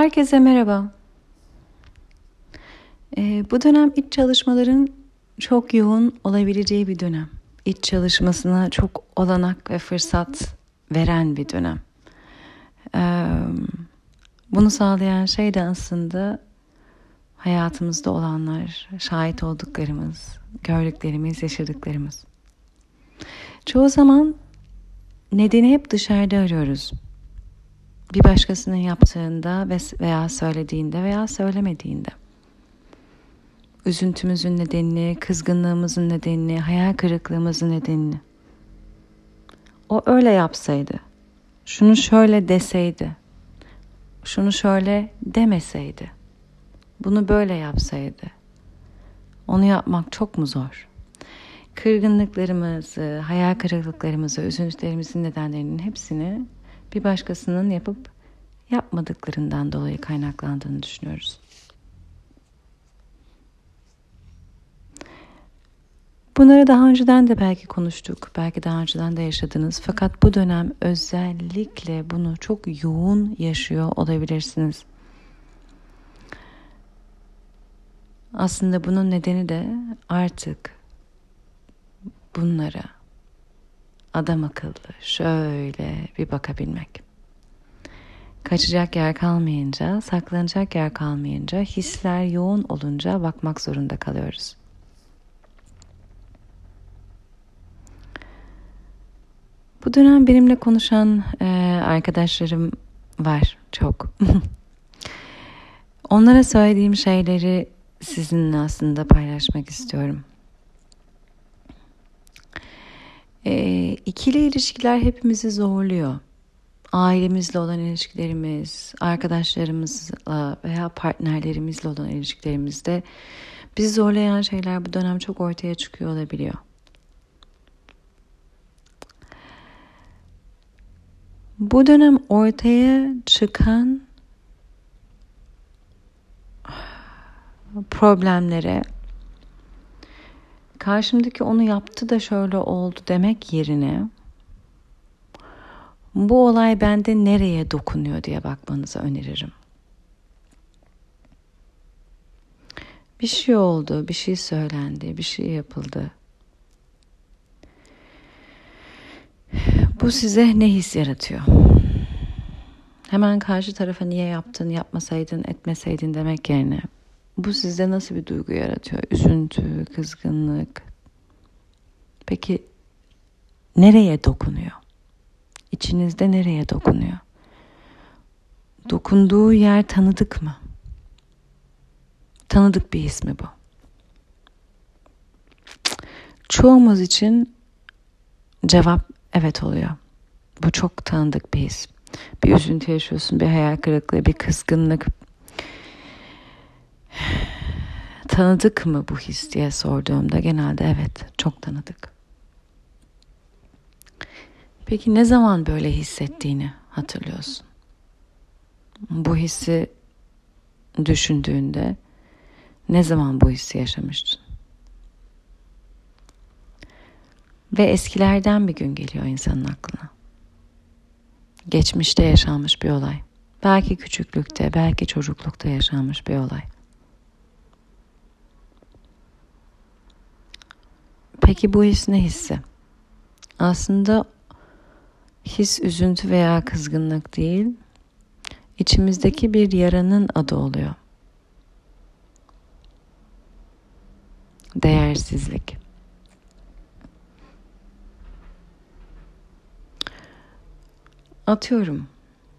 Herkese merhaba. Bu dönem iç çalışmaların çok yoğun olabileceği bir dönem. İç çalışmasına çok olanak ve fırsat veren bir dönem. Bunu sağlayan şey de aslında hayatımızda olanlar, şahit olduklarımız, gördüklerimiz, yaşadıklarımız. Çoğu zaman nedeni hep dışarıda arıyoruz. Bir başkasının yaptığında veya söylediğinde veya söylemediğinde. Üzüntümüzün nedenini, kızgınlığımızın nedenini, hayal kırıklığımızın nedenini. O öyle yapsaydı, şunu şöyle deseydi, şunu şöyle demeseydi, bunu böyle yapsaydı. Onu yapmak çok mu zor? Kırgınlıklarımızı, hayal kırıklıklarımızı, üzüntülerimizin nedenlerinin hepsini bir başkasının yapıp yapmadıklarından dolayı kaynaklandığını düşünüyoruz. Bunları daha önceden de belki konuştuk, belki daha önceden de yaşadınız. Fakat bu dönem özellikle bunu çok yoğun yaşıyor olabilirsiniz. Aslında bunun nedeni de artık bunlara adam akıllı şöyle bir bakabilmek. Kaçacak yer kalmayınca, saklanacak yer kalmayınca, hisler yoğun olunca bakmak zorunda kalıyoruz. Bu dönem benimle konuşan arkadaşlarım var çok. Onlara söylediğim şeyleri sizinle aslında paylaşmak istiyorum. İkili ilişkiler hepimizi zorluyor. Ailemizle olan ilişkilerimiz, arkadaşlarımızla veya partnerlerimizle olan ilişkilerimizde bizi zorlayan şeyler bu dönem çok ortaya çıkıyor olabiliyor. Bu dönem ortaya çıkan problemlere karşımdaki onu yaptı da şöyle oldu demek yerine bu olay bende nereye dokunuyor diye bakmanızı öneririm. Bir şey oldu, bir şey söylendi, bir şey yapıldı. Bu size ne his yaratıyor? Hemen karşı tarafa niye yaptın, yapmasaydın, etmeseydin demek yerine bu sizde nasıl bir duygu yaratıyor? Üzüntü, kızgınlık. Peki nereye dokunuyor? İçinizde nereye dokunuyor? Dokunduğu yer tanıdık mı? Tanıdık bir his mi bu? Çoğumuz için cevap evet oluyor. Bu çok tanıdık bir his. Bir üzüntü yaşıyorsun, bir hayal kırıklığı, bir kızgınlık. Tanıdık mı bu his diye sorduğumda genelde evet, çok tanıdık. Peki ne zaman böyle hissettiğini hatırlıyorsun? Bu hissi düşündüğünde ne zaman bu hissi yaşamıştın? Ve eskilerden bir gün geliyor insanın aklına. Geçmişte yaşanmış bir olay. Belki küçüklükte, belki çocuklukta yaşanmış bir olay. Peki bu his ne hissi? Aslında his üzüntü veya kızgınlık değil, içimizdeki bir yaranın adı oluyor. Değersizlik. Atıyorum.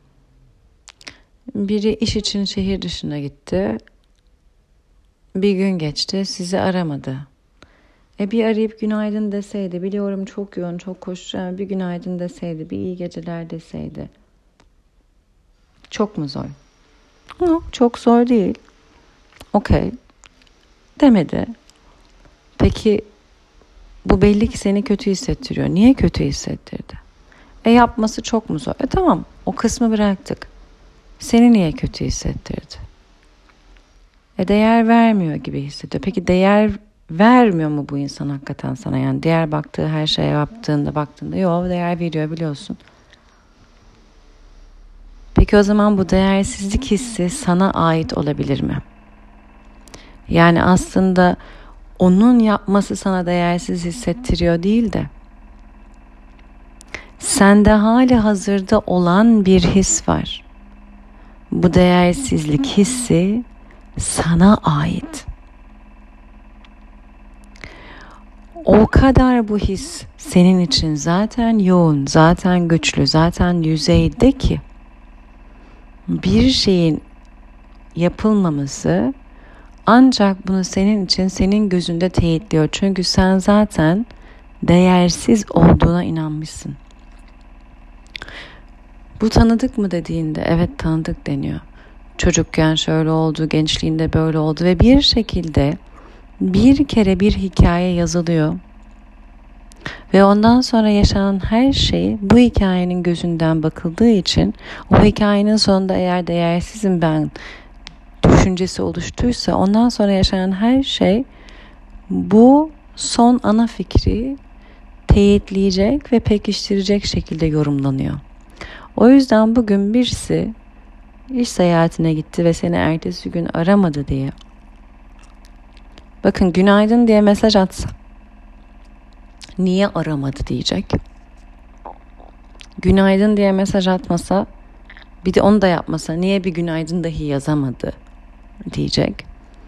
Biri iş için şehir dışına gitti. Bir gün geçti, sizi aramadı. Bir arayıp günaydın deseydi, biliyorum çok yoğun, çok koşacağım, bir günaydın deseydi, bir iyi geceler deseydi. Çok mu zor? Yok, çok zor değil. Okey. Demedi. Peki bu belli ki seni kötü hissettiriyor. Niye kötü hissettirdi? Yapması çok mu zor? Tamam, o kısmı bıraktık. Seni niye kötü hissettirdi? Değer vermiyor gibi hissediyor. Peki değer vermiyor mu bu insan hakikaten sana? Yani diğer baktığı her şeye baktığında yok, değer veriyor biliyorsun. Peki o zaman bu değersizlik hissi sana ait olabilir mi? Yani aslında onun yapması sana değersiz hissettiriyor değil de sende hali hazırda olan bir his var. Bu değersizlik hissi sana ait. O kadar bu his senin için zaten yoğun, zaten güçlü, zaten yüzeyde ki bir şeyin yapılmaması ancak bunu senin için senin gözünde teyitliyor. Çünkü sen zaten değersiz olduğuna inanmışsın. Bu tanıdık mı dediğinde evet tanıdık deniyor. Çocukken şöyle oldu, gençliğinde böyle oldu ve bir şekilde bir kere bir hikaye yazılıyor. Ve ondan sonra yaşanan her şey bu hikayenin gözünden bakıldığı için o hikayenin sonunda eğer değersizim ben düşüncesi oluştuysa ondan sonra yaşanan her şey bu son ana fikri teyitleyecek ve pekiştirecek şekilde yorumlanıyor. O yüzden bugün birisi iş seyahatine gitti ve seni ertesi gün aramadı diye. Bakın günaydın diye mesaj atsa niye aramadı diyecek. Günaydın diye mesaj atmasa bir de onu da yapmasa niye bir günaydın dahi yazamadı diyecek.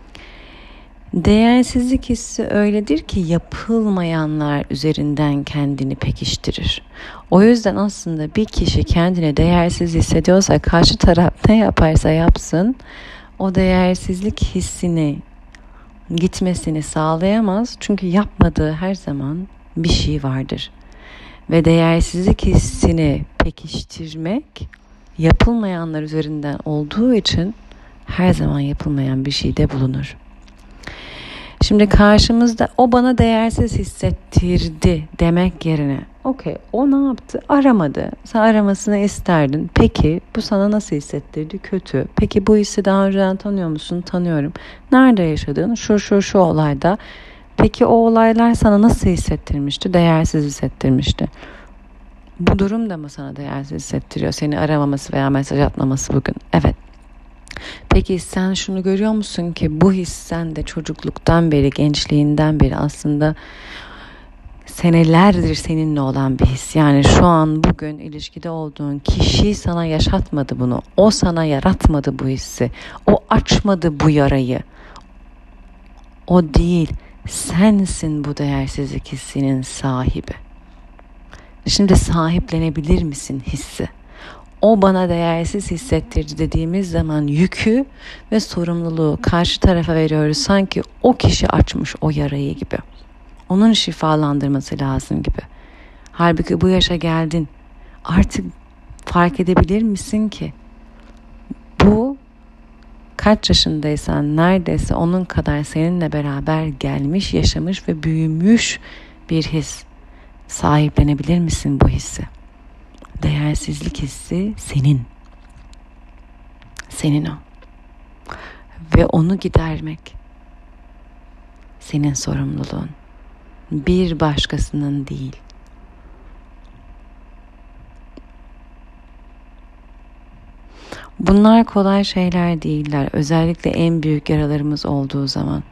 Değersizlik hissi öyledir ki yapılmayanlar üzerinden kendini pekiştirir. O yüzden aslında bir kişi kendini değersiz hissediyorsa karşı taraf ne yaparsa yapsın o değersizlik hissini gitmesini sağlayamaz. Çünkü yapmadığı her zaman bir şey vardır. Ve değersizlik hissini pekiştirmek yapılmayanlar üzerinden olduğu için her zaman yapılmayan bir şeyde bulunur. Şimdi karşımızda o bana değersiz hissettirdi demek yerine okey o ne yaptı? Aramadı. Sen aramasını isterdin. Peki bu sana nasıl hissettirdi? Kötü. Peki bu hissi daha önceden tanıyor musun? Tanıyorum. Nerede yaşadın? Şu olayda. Peki o olaylar sana nasıl hissettirmişti? Değersiz hissettirmişti. Bu durum da mı sana değersiz hissettiriyor? Seni aramaması veya mesaj atmaması bugün. Evet. Peki sen şunu görüyor musun ki bu his sende çocukluktan beri, gençliğinden beri aslında senelerdir seninle olan bir his. Yani şu an bugün ilişkide olduğun kişi sana yaşatmadı bunu. O sana yaratmadı bu hissi. O açmadı bu yarayı. O değil. Sensin bu değersizlik hissinin sahibi. Şimdi sahiplenebilir misin hissi? O bana değersiz hissettirdi dediğimiz zaman yükü ve sorumluluğu karşı tarafa veriyoruz. Sanki o kişi açmış o yarayı gibi. Onun şifalandırması lazım gibi. Halbuki bu yaşa geldin. Artık fark edebilir misin ki bu kaç yaşındaysan neredeyse onun kadar seninle beraber gelmiş, yaşamış ve büyümüş bir his. Sahiplenebilir misin bu hissi? Değersizlik hissi senin. Senin o. Ve onu gidermek senin sorumluluğun. Bir başkasının değil. Bunlar kolay şeyler değiller. Özellikle en büyük yaralarımız olduğu zaman.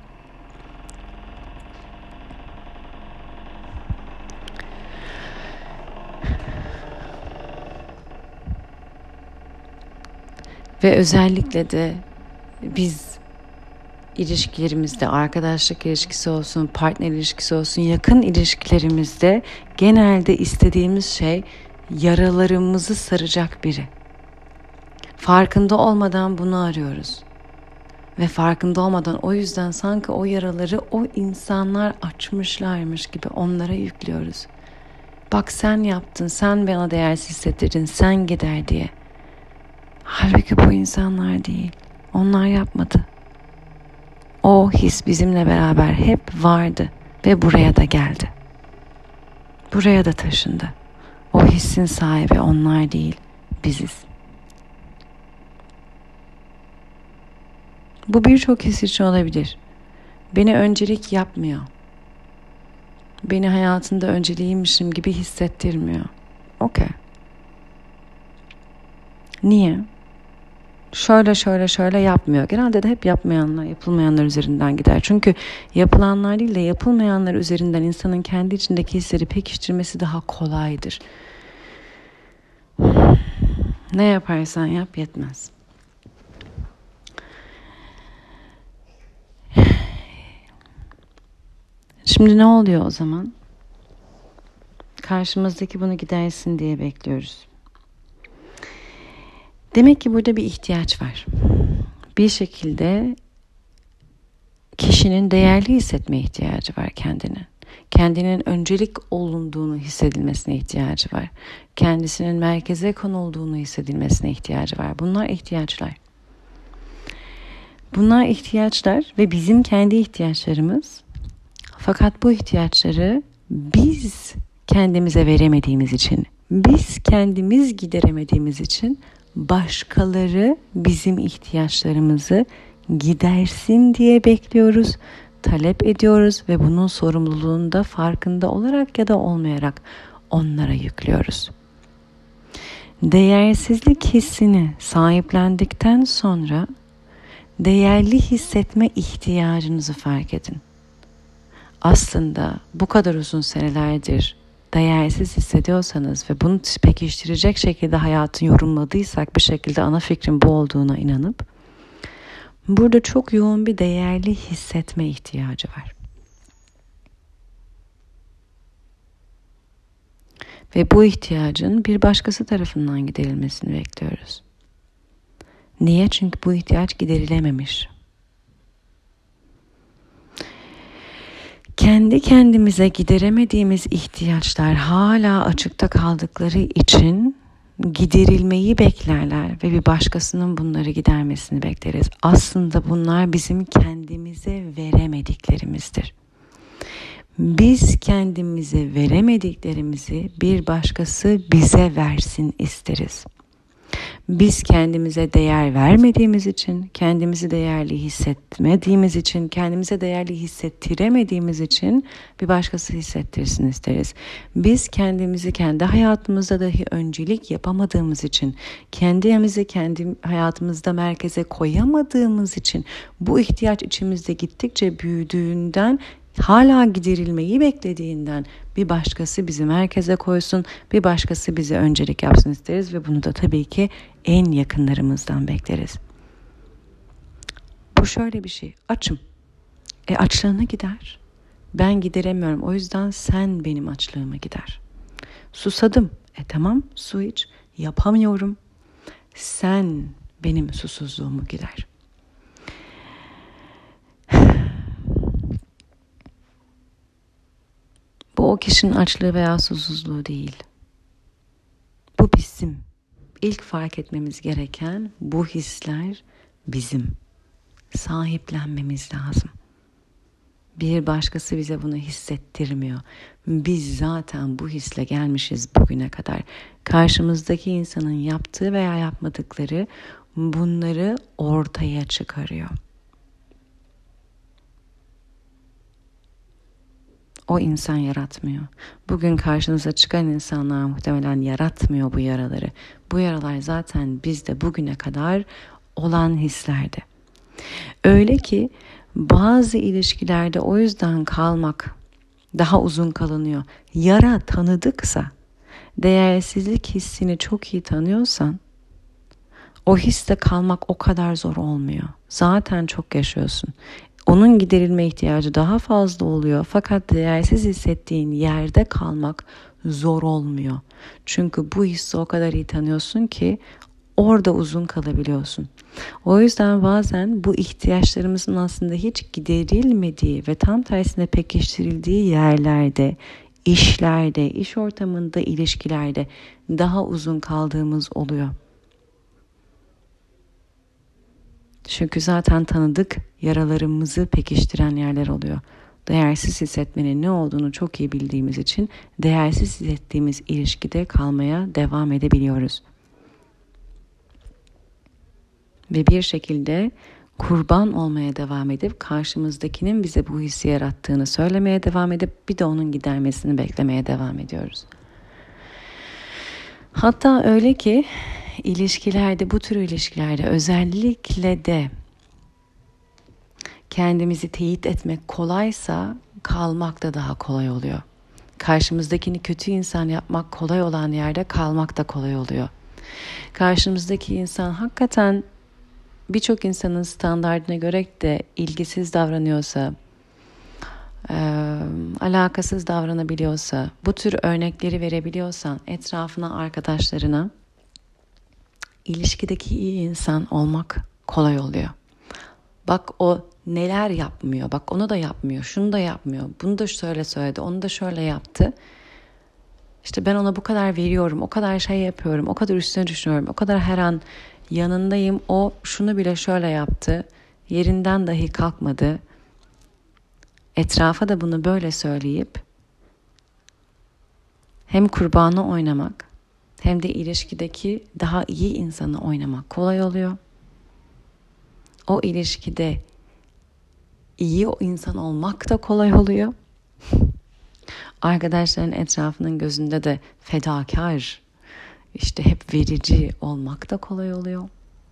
Ve özellikle de biz ilişkilerimizde, arkadaşlık ilişkisi olsun, partner ilişkisi olsun, yakın ilişkilerimizde genelde istediğimiz şey yaralarımızı saracak biri. Farkında olmadan bunu arıyoruz. Ve farkında olmadan o yüzden sanki o yaraları o insanlar açmışlarmış gibi onlara yüklüyoruz. Bak sen yaptın, sen bana değersiz hissettirdin, sen gider diye. Halbuki bu insanlar değil. Onlar yapmadı. O his bizimle beraber hep vardı ve buraya da geldi. Buraya da taşındı. O hissin sahibi onlar değil, biziz. Bu birçok his için olabilir. Beni öncelik yapmıyor. Beni hayatında önceliğiymişim gibi hissettirmiyor. Okey. Niye? Şöyle yapmıyor. Genelde de hep yapmayanlar, yapılmayanlar üzerinden gider. Çünkü yapılanlar değil de yapılmayanlar üzerinden insanın kendi içindeki hisleri pekiştirmesi daha kolaydır. Ne yaparsan yap yetmez. Şimdi ne oluyor o zaman? Karşımızdaki bunu gidersin diye bekliyoruz. Demek ki burada bir ihtiyaç var. Bir şekilde kişinin değerli hissetme ihtiyacı var kendini. Kendinin öncelik olunduğunu hissedilmesine ihtiyacı var. Kendisinin merkeze konulduğunu hissedilmesine ihtiyacı var. Bunlar ihtiyaçlar. Bunlar ihtiyaçlar ve bizim kendi ihtiyaçlarımız. Fakat bu ihtiyaçları biz kendimize veremediğimiz için, biz kendimiz gideremediğimiz için başkaları bizim ihtiyaçlarımızı gidersin diye bekliyoruz, talep ediyoruz ve bunun sorumluluğunu da farkında olarak ya da olmayarak onlara yüklüyoruz. Değersizlik hissini sahiplendikten sonra değerli hissetme ihtiyacınızı fark edin. Aslında bu kadar uzun senelerdir değersiz hissediyorsanız ve bunu pekiştirecek şekilde hayatı yorumladıysak bir şekilde ana fikrin bu olduğuna inanıp burada çok yoğun bir değerli hissetme ihtiyacı var. Ve bu ihtiyacın bir başkası tarafından giderilmesini bekliyoruz. Niye? Çünkü bu ihtiyaç giderilememiş. Kendi kendimize gideremediğimiz ihtiyaçlar hala açıkta kaldıkları için giderilmeyi beklerler ve bir başkasının bunları gidermesini bekleriz. Aslında bunlar bizim kendimize veremediklerimizdir. Biz kendimize veremediklerimizi bir başkası bize versin isteriz. Biz kendimize değer vermediğimiz için, kendimizi değerli hissetmediğimiz için, kendimize değerli hissettiremediğimiz için bir başkası hissettirsin isteriz. Biz kendimizi kendi hayatımızda dahi öncelik yapamadığımız için, kendimizi kendi hayatımızda merkeze koyamadığımız için bu ihtiyaç içimizde gittikçe büyüdüğünden, hala giderilmeyi beklediğinden bir başkası bizi merkeze koysun, bir başkası bize öncelik yapsın isteriz ve bunu da tabii ki en yakınlarımızdan bekleriz. Bu şöyle bir şey, açım. Açlığına gider. Ben gideremiyorum, o yüzden sen benim açlığıma gider. Susadım. Tamam, su iç. Yapamıyorum. Sen benim susuzluğumu gider. Bu o kişinin açlığı veya susuzluğu değil. Bu bizim. İlk fark etmemiz gereken bu hisler bizim. Sahiplenmemiz lazım. Bir başkası bize bunu hissettirmiyor. Biz zaten bu hisle gelmişiz bugüne kadar. Karşımızdaki insanın yaptığı veya yapmadıkları bunları ortaya çıkarıyor. O insan yaratmıyor. Bugün karşınıza çıkan insanlar muhtemelen yaratmıyor bu yaraları. Bu yaralar zaten bizde bugüne kadar olan hislerdi. Öyle ki bazı ilişkilerde o yüzden kalmak daha uzun kalınıyor. Yara tanıdıksa, değersizlik hissini çok iyi tanıyorsan, o hisse kalmak o kadar zor olmuyor. Zaten çok yaşıyorsun. Onun giderilme ihtiyacı daha fazla oluyor. Fakat değersiz hissettiğin yerde kalmak zor olmuyor. Çünkü bu hissi o kadar iyi tanıyorsun ki orada uzun kalabiliyorsun. O yüzden bazen bu ihtiyaçlarımızın aslında hiç giderilmediği ve tam tersine pekiştirildiği yerlerde, işlerde, iş ortamında, ilişkilerde daha uzun kaldığımız oluyor. Çünkü zaten tanıdık yaralarımızı pekiştiren yerler oluyor. Değersiz hissetmenin ne olduğunu çok iyi bildiğimiz için değersiz hissettiğimiz ilişkide kalmaya devam edebiliyoruz. Ve bir şekilde kurban olmaya devam edip karşımızdakinin bize bu hissi yarattığını söylemeye devam edip bir de onun gidermesini beklemeye devam ediyoruz. Hatta öyle ki ilişkilerde, bu tür ilişkilerde özellikle de kendimizi teyit etmek kolaysa kalmak da daha kolay oluyor. Karşımızdakini kötü insan yapmak kolay olan yerde kalmak da kolay oluyor. Karşımızdaki insan hakikaten birçok insanın standardına göre de ilgisiz davranıyorsa, alakasız davranabiliyorsa, bu tür örnekleri verebiliyorsan etrafına, arkadaşlarına, ilişkideki iyi insan olmak kolay oluyor. Bak o neler yapmıyor, bak onu da yapmıyor, şunu da yapmıyor, bunu da şöyle söyledi, onu da şöyle yaptı. İşte ben ona bu kadar veriyorum, o kadar şey yapıyorum, o kadar üstüne düşünüyorum, o kadar her an yanındayım. O şunu bile şöyle yaptı, yerinden dahi kalkmadı. Etrafa da bunu böyle söyleyip hem kurbanı oynamak hem de ilişkideki daha iyi insanı oynamak kolay oluyor. O ilişkide iyi o insan olmak da kolay oluyor. Arkadaşların etrafının gözünde de fedakar, işte hep verici olmak da kolay oluyor.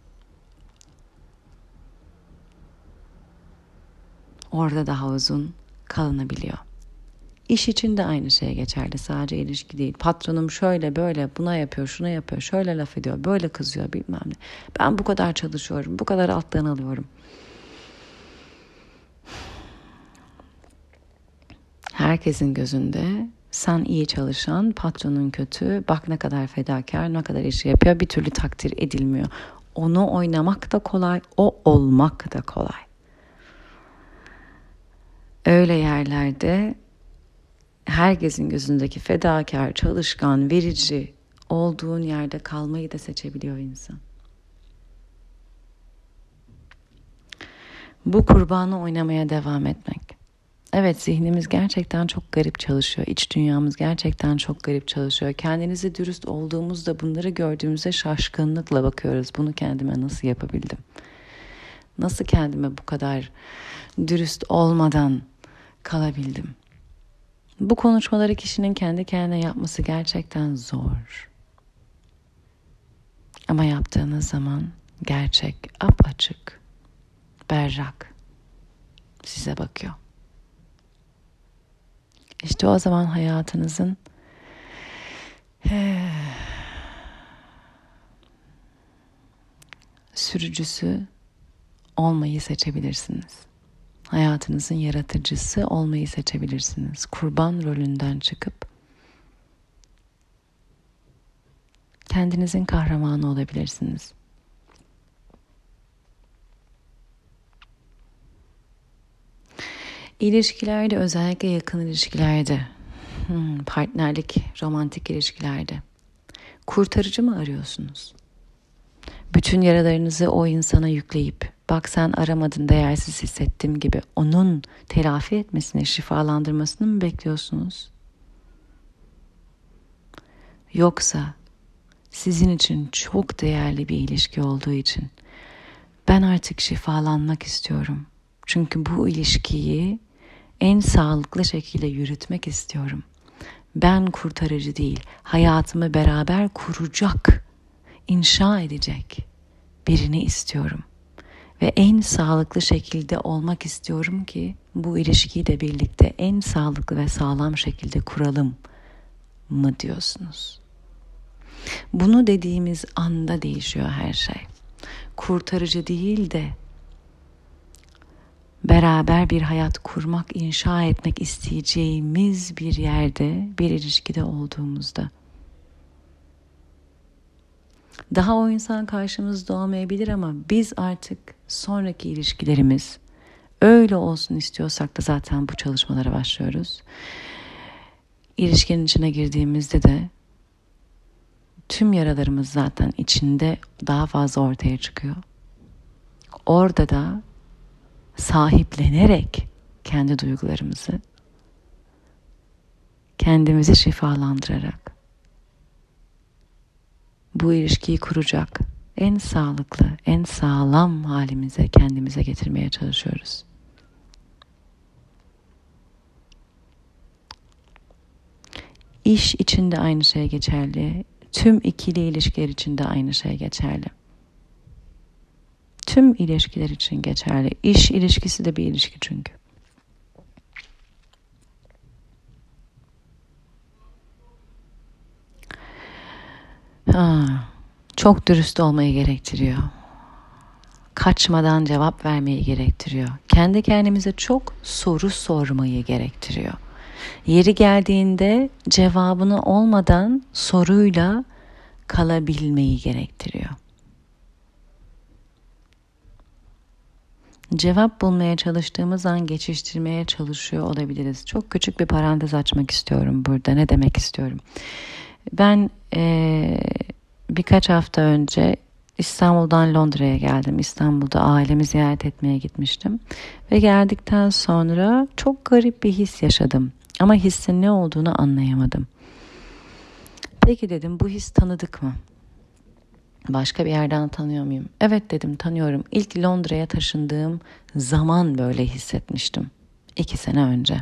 Orada daha uzun kalınabiliyor. İş için de aynı şey geçerli. Sadece ilişki değil. Patronum şöyle böyle buna yapıyor, şuna yapıyor, şöyle laf ediyor, böyle kızıyor bilmem ne. Ben bu kadar çalışıyorum, bu kadar alttan alıyorum. Herkesin gözünde sen iyi çalışan, patronun kötü, bak ne kadar fedakar, ne kadar işi yapıyor, bir türlü takdir edilmiyor. Onu oynamak da kolay, o olmak da kolay. Öyle yerlerde herkesin gözündeki fedakar, çalışkan, verici olduğun yerde kalmayı da seçebiliyor insan. Bu kurbanı oynamaya devam etmek. Evet, zihnimiz gerçekten çok garip çalışıyor. İç dünyamız gerçekten çok garip çalışıyor. Kendinizi dürüst olduğumuzda bunları gördüğümüzde şaşkınlıkla bakıyoruz. Bunu kendime nasıl yapabildim? Nasıl kendime bu kadar dürüst olmadan kalabildim? Bu konuşmaları kişinin kendi kendine yapması gerçekten zor. Ama yaptığınız zaman gerçek, apaçık, berrak size bakıyor. İşte o zaman hayatınızın sürücüsü olmayı seçebilirsiniz. Hayatınızın yaratıcısı olmayı seçebilirsiniz. Kurban rolünden çıkıp kendinizin kahramanı olabilirsiniz. İlişkilerde, özellikle yakın ilişkilerde, partnerlik, romantik ilişkilerde kurtarıcı mı arıyorsunuz? Bütün yaralarınızı o insana yükleyip, bak sen aramadın, değersiz hissettim gibi onun telafi etmesini, şifalandırmasını mı bekliyorsunuz? Yoksa sizin için çok değerli bir ilişki olduğu için ben artık şifalanmak istiyorum. Çünkü bu ilişkiyi en sağlıklı şekilde yürütmek istiyorum. Ben kurtarıcı değil, hayatımı beraber kuracak, inşa edecek birini istiyorum. Ve en sağlıklı şekilde olmak istiyorum ki bu ilişkiyi de birlikte en sağlıklı ve sağlam şekilde kuralım mı diyorsunuz? Bunu dediğimiz anda değişiyor her şey. Kurtarıcı değil de beraber bir hayat kurmak, inşa etmek isteyeceğimiz bir yerde, bir ilişkide olduğumuzda. Daha o insan karşımızda olmayabilir ama biz artık sonraki ilişkilerimiz öyle olsun istiyorsak da zaten bu çalışmalara başlıyoruz. İlişkinin içine girdiğimizde de tüm yaralarımız zaten içinde daha fazla ortaya çıkıyor. Orada da sahiplenerek kendi duygularımızı, kendimizi şifalandırarak bu ilişkiyi kuracak en sağlıklı, en sağlam halimize, kendimize getirmeye çalışıyoruz. İş için de aynı şey geçerli. Tüm ikili ilişkiler için de aynı şey geçerli. Tüm ilişkiler için geçerli. İş ilişkisi de bir ilişki çünkü. Çok dürüst olmayı gerektiriyor. Kaçmadan cevap vermeyi gerektiriyor. Kendi kendimize çok soru sormayı gerektiriyor. Yeri geldiğinde cevabını olmadan soruyla kalabilmeyi gerektiriyor. Cevap bulmaya çalıştığımız an geçiştirmeye çalışıyor olabiliriz. Çok küçük bir parantez açmak istiyorum burada. Ne demek istiyorum? Ben birkaç hafta önce İstanbul'dan Londra'ya geldim. İstanbul'da ailemi ziyaret etmeye gitmiştim. Ve geldikten sonra çok garip bir his yaşadım. Ama hissin ne olduğunu anlayamadım. Peki dedim, bu his tanıdık mı? Başka bir yerden tanıyor muyum? Evet dedim, tanıyorum. İlk Londra'ya taşındığım zaman böyle hissetmiştim. 2 sene önce.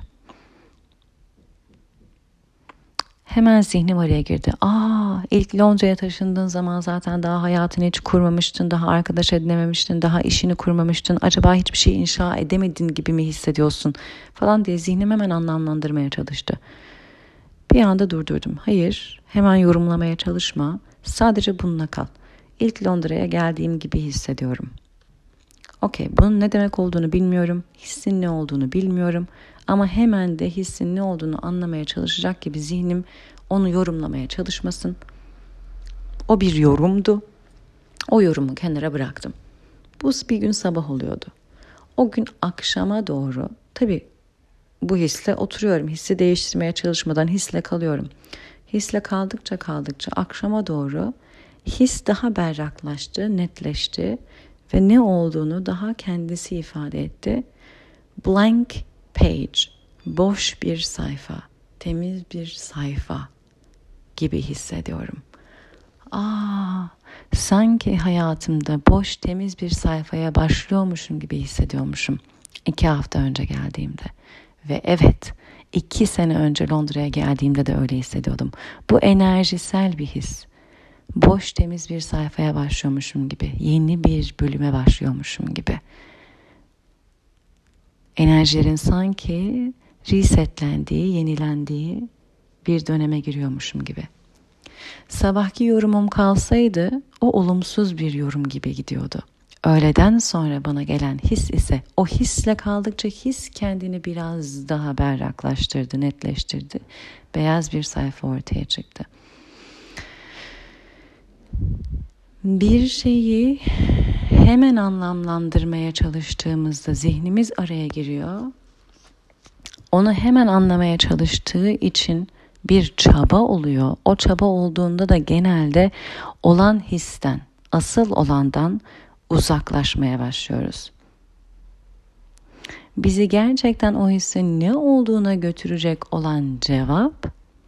Hemen zihnim araya girdi. İlk Londra'ya taşındığın zaman zaten daha hayatını hiç kurmamıştın, daha arkadaş edinememiştin, daha işini kurmamıştın. Acaba hiçbir şey inşa edemedin gibi mi hissediyorsun falan diye zihnim hemen anlamlandırmaya çalıştı. Bir anda durdurdum. Hayır, hemen yorumlamaya çalışma. Sadece bununla kal. İlk Londra'ya geldiğim gibi hissediyorum. Okey, bunun ne demek olduğunu bilmiyorum. Hissin ne olduğunu bilmiyorum. Ama hemen de hissin ne olduğunu anlamaya çalışacak gibi zihnim onu yorumlamaya çalışmasın. O bir yorumdu. O yorumu kenara bıraktım. Bu bir gün sabah oluyordu. O gün akşama doğru, tabii bu hisle oturuyorum. Hissi değiştirmeye çalışmadan hisle kalıyorum. Hisle kaldıkça akşama doğru his daha berraklaştı, netleşti ve ne olduğunu daha kendisi ifade etti. Blank page, boş bir sayfa, temiz bir sayfa gibi hissediyorum. Sanki hayatımda boş, temiz bir sayfaya başlıyormuşum gibi hissediyormuşum 2 hafta önce geldiğimde. Ve evet, 2 sene önce Londra'ya geldiğimde de öyle hissediyordum. Bu enerjisel bir his. Boş, temiz bir sayfaya başlıyormuşum gibi, yeni bir bölüme başlıyormuşum gibi. Enerjilerin sanki resetlendiği, yenilendiği bir döneme giriyormuşum gibi. Sabahki yorumum kalsaydı o olumsuz bir yorum gibi gidiyordu. Öğleden sonra bana gelen his ise o hisle kaldıkça his kendini biraz daha berraklaştırdı, netleştirdi. Beyaz bir sayfa ortaya çıktı. Bir şeyi hemen anlamlandırmaya çalıştığımızda zihnimiz araya giriyor. Onu hemen anlamaya çalıştığı için bir çaba oluyor. O çaba olduğunda da genelde olan histen, asıl olandan uzaklaşmaya başlıyoruz. Bizi gerçekten o hissin ne olduğuna götürecek olan cevap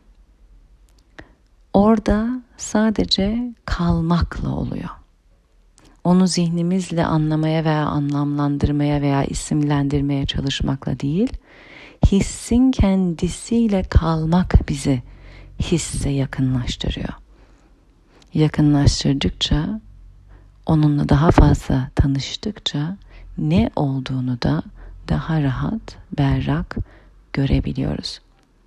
orada sadece kalmakla oluyor. Onu zihnimizle anlamaya veya anlamlandırmaya veya isimlendirmeye çalışmakla değil, hissin kendisiyle kalmak bizi hisse yakınlaştırıyor. Yakınlaştırdıkça, onunla daha fazla tanıştıkça ne olduğunu da daha rahat, berrak görebiliyoruz.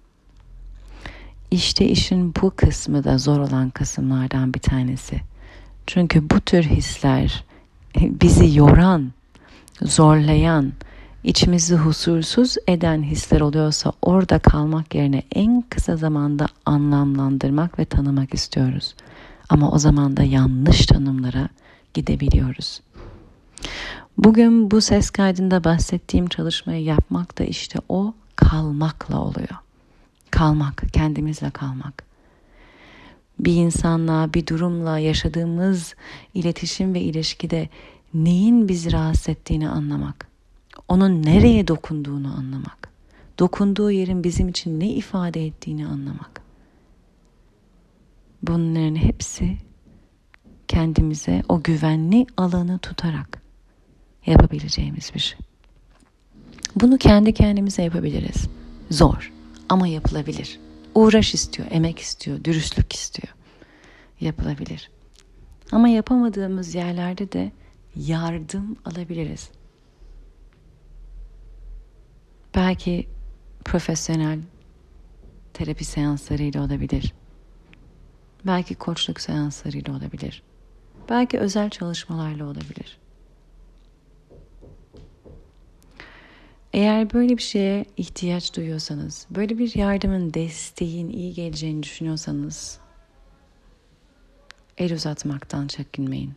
İşte işin bu kısmı da zor olan kısımlardan bir tanesi. Çünkü bu tür hisler bizi yoran, zorlayan, içimizi huzursuz eden hisler oluyorsa orada kalmak yerine en kısa zamanda anlamlandırmak ve tanımak istiyoruz. Ama o zaman da yanlış tanımlara gidebiliyoruz. Bugün bu ses kaydında bahsettiğim çalışmayı yapmak da işte o kalmakla oluyor. Kalmak, kendimizle kalmak. Bir insanla, bir durumla yaşadığımız iletişim ve ilişkide neyin bizi rahatsız ettiğini anlamak. Onun nereye dokunduğunu anlamak. Dokunduğu yerin bizim için ne ifade ettiğini anlamak. Bunların hepsi kendimize o güvenli alanı tutarak yapabileceğimiz bir şey. Bunu kendi kendimize yapabiliriz. Zor ama yapılabilir. Uğraş istiyor, emek istiyor, dürüstlük istiyor. yapılabilir. Ama yapamadığımız yerlerde de yardım alabiliriz. Belki profesyonel terapi seanslarıyla olabilir. Belki koçluk seanslarıyla olabilir. Belki özel çalışmalarla olabilir. Eğer böyle bir şeye ihtiyaç duyuyorsanız, böyle bir yardımın, desteğin iyi geleceğini düşünüyorsanız, el uzatmaktan çekinmeyin.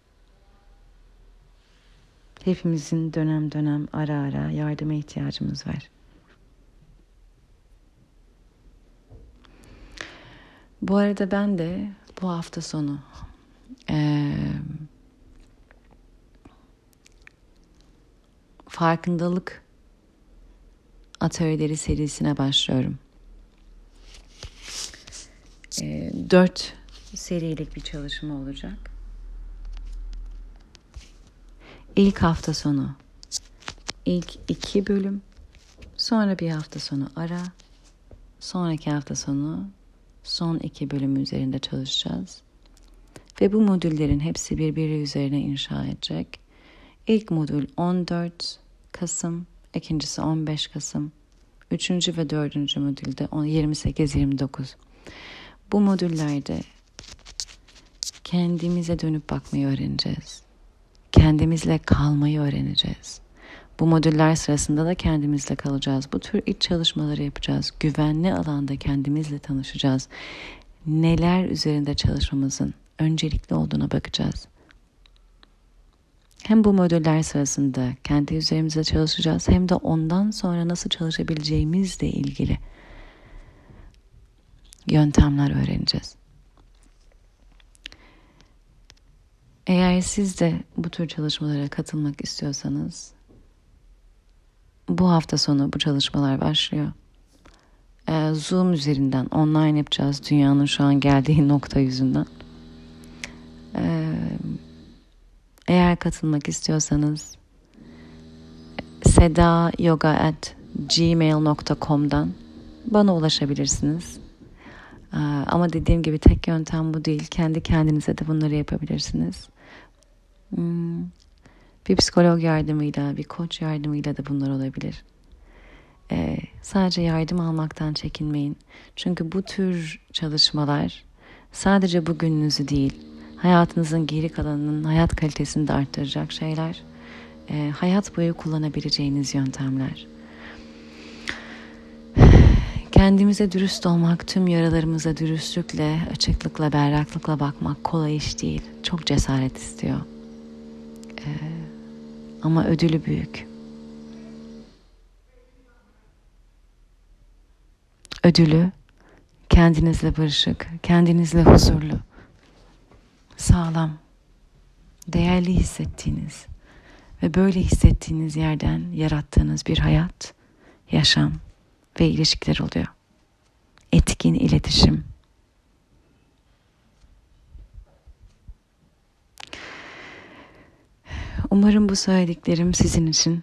Hepimizin dönem dönem ara ara yardıma ihtiyacımız var. Bu arada ben de bu hafta sonu farkındalık atölyeleri serisine başlıyorum. 4 serilik bir çalışma olacak. İlk hafta sonu ilk 2 bölüm, sonra bir hafta sonu ara, sonraki hafta sonu son 2 bölüm üzerinde çalışacağız. Ve bu modüllerin hepsi birbiri üzerine inşa edecek. İlk modül 14 Kasım, ikincisi 15 Kasım, 3. ve 4. modülde 28-29. Bu modüllerde kendimize dönüp bakmayı öğreneceğiz. Kendimizle kalmayı öğreneceğiz. Bu modüller sırasında da kendimizle kalacağız. Bu tür iç çalışmaları yapacağız. Güvenli alanda kendimizle tanışacağız. Neler üzerinde çalışmamızın öncelikli olduğuna bakacağız. Hem bu modüller sırasında kendi üzerimize çalışacağız, hem de ondan sonra nasıl çalışabileceğimizle ilgili yöntemler öğreneceğiz. Eğer siz de bu tür çalışmalara katılmak istiyorsanız, bu hafta sonu bu çalışmalar başlıyor. Zoom üzerinden online yapacağız, dünyanın şu an geldiği nokta yüzünden. Eğer katılmak istiyorsanız sedayoga@gmail.com'dan bana ulaşabilirsiniz. Ama dediğim gibi tek yöntem bu değil. Kendi kendinize de bunları yapabilirsiniz. Bir psikolog yardımıyla, bir koç yardımıyla da bunlar olabilir. Sadece yardım almaktan çekinmeyin. Çünkü bu tür çalışmalar sadece bugününüzü değil, hayatınızın geri kalanının hayat kalitesini de arttıracak şeyler. Hayat boyu kullanabileceğiniz yöntemler. Kendimize dürüst olmak, tüm yaralarımıza dürüstlükle, açıklıkla, berraklıkla bakmak kolay iş değil. Çok cesaret istiyor. Ama ödülü büyük. Ödülü kendinizle barışık, kendinizle huzurlu, sağlam, değerli hissettiğiniz ve böyle hissettiğiniz yerden yarattığınız bir hayat, yaşam ve ilişkiler oluyor. Etkin iletişim. Umarım bu söylediklerim sizin için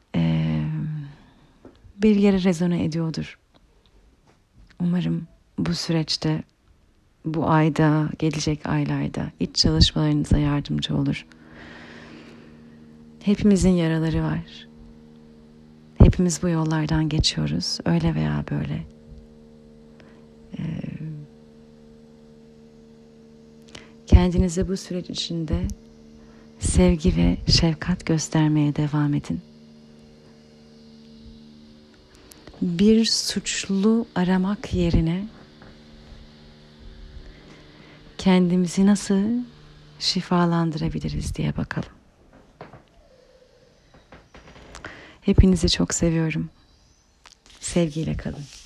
bir yere rezone ediyordur. Umarım bu süreçte, bu ayda, gelecek aylarda iç çalışmalarınıza yardımcı olur. Hepimizin yaraları var. Hepimiz bu yollardan geçiyoruz, öyle veya böyle. Kendinize bu süreç içinde sevgi ve şefkat göstermeye devam edin. Bir suçlu aramak yerine kendimizi nasıl şifalandırabiliriz diye bakalım. Hepinizi çok seviyorum. Sevgiyle kalın.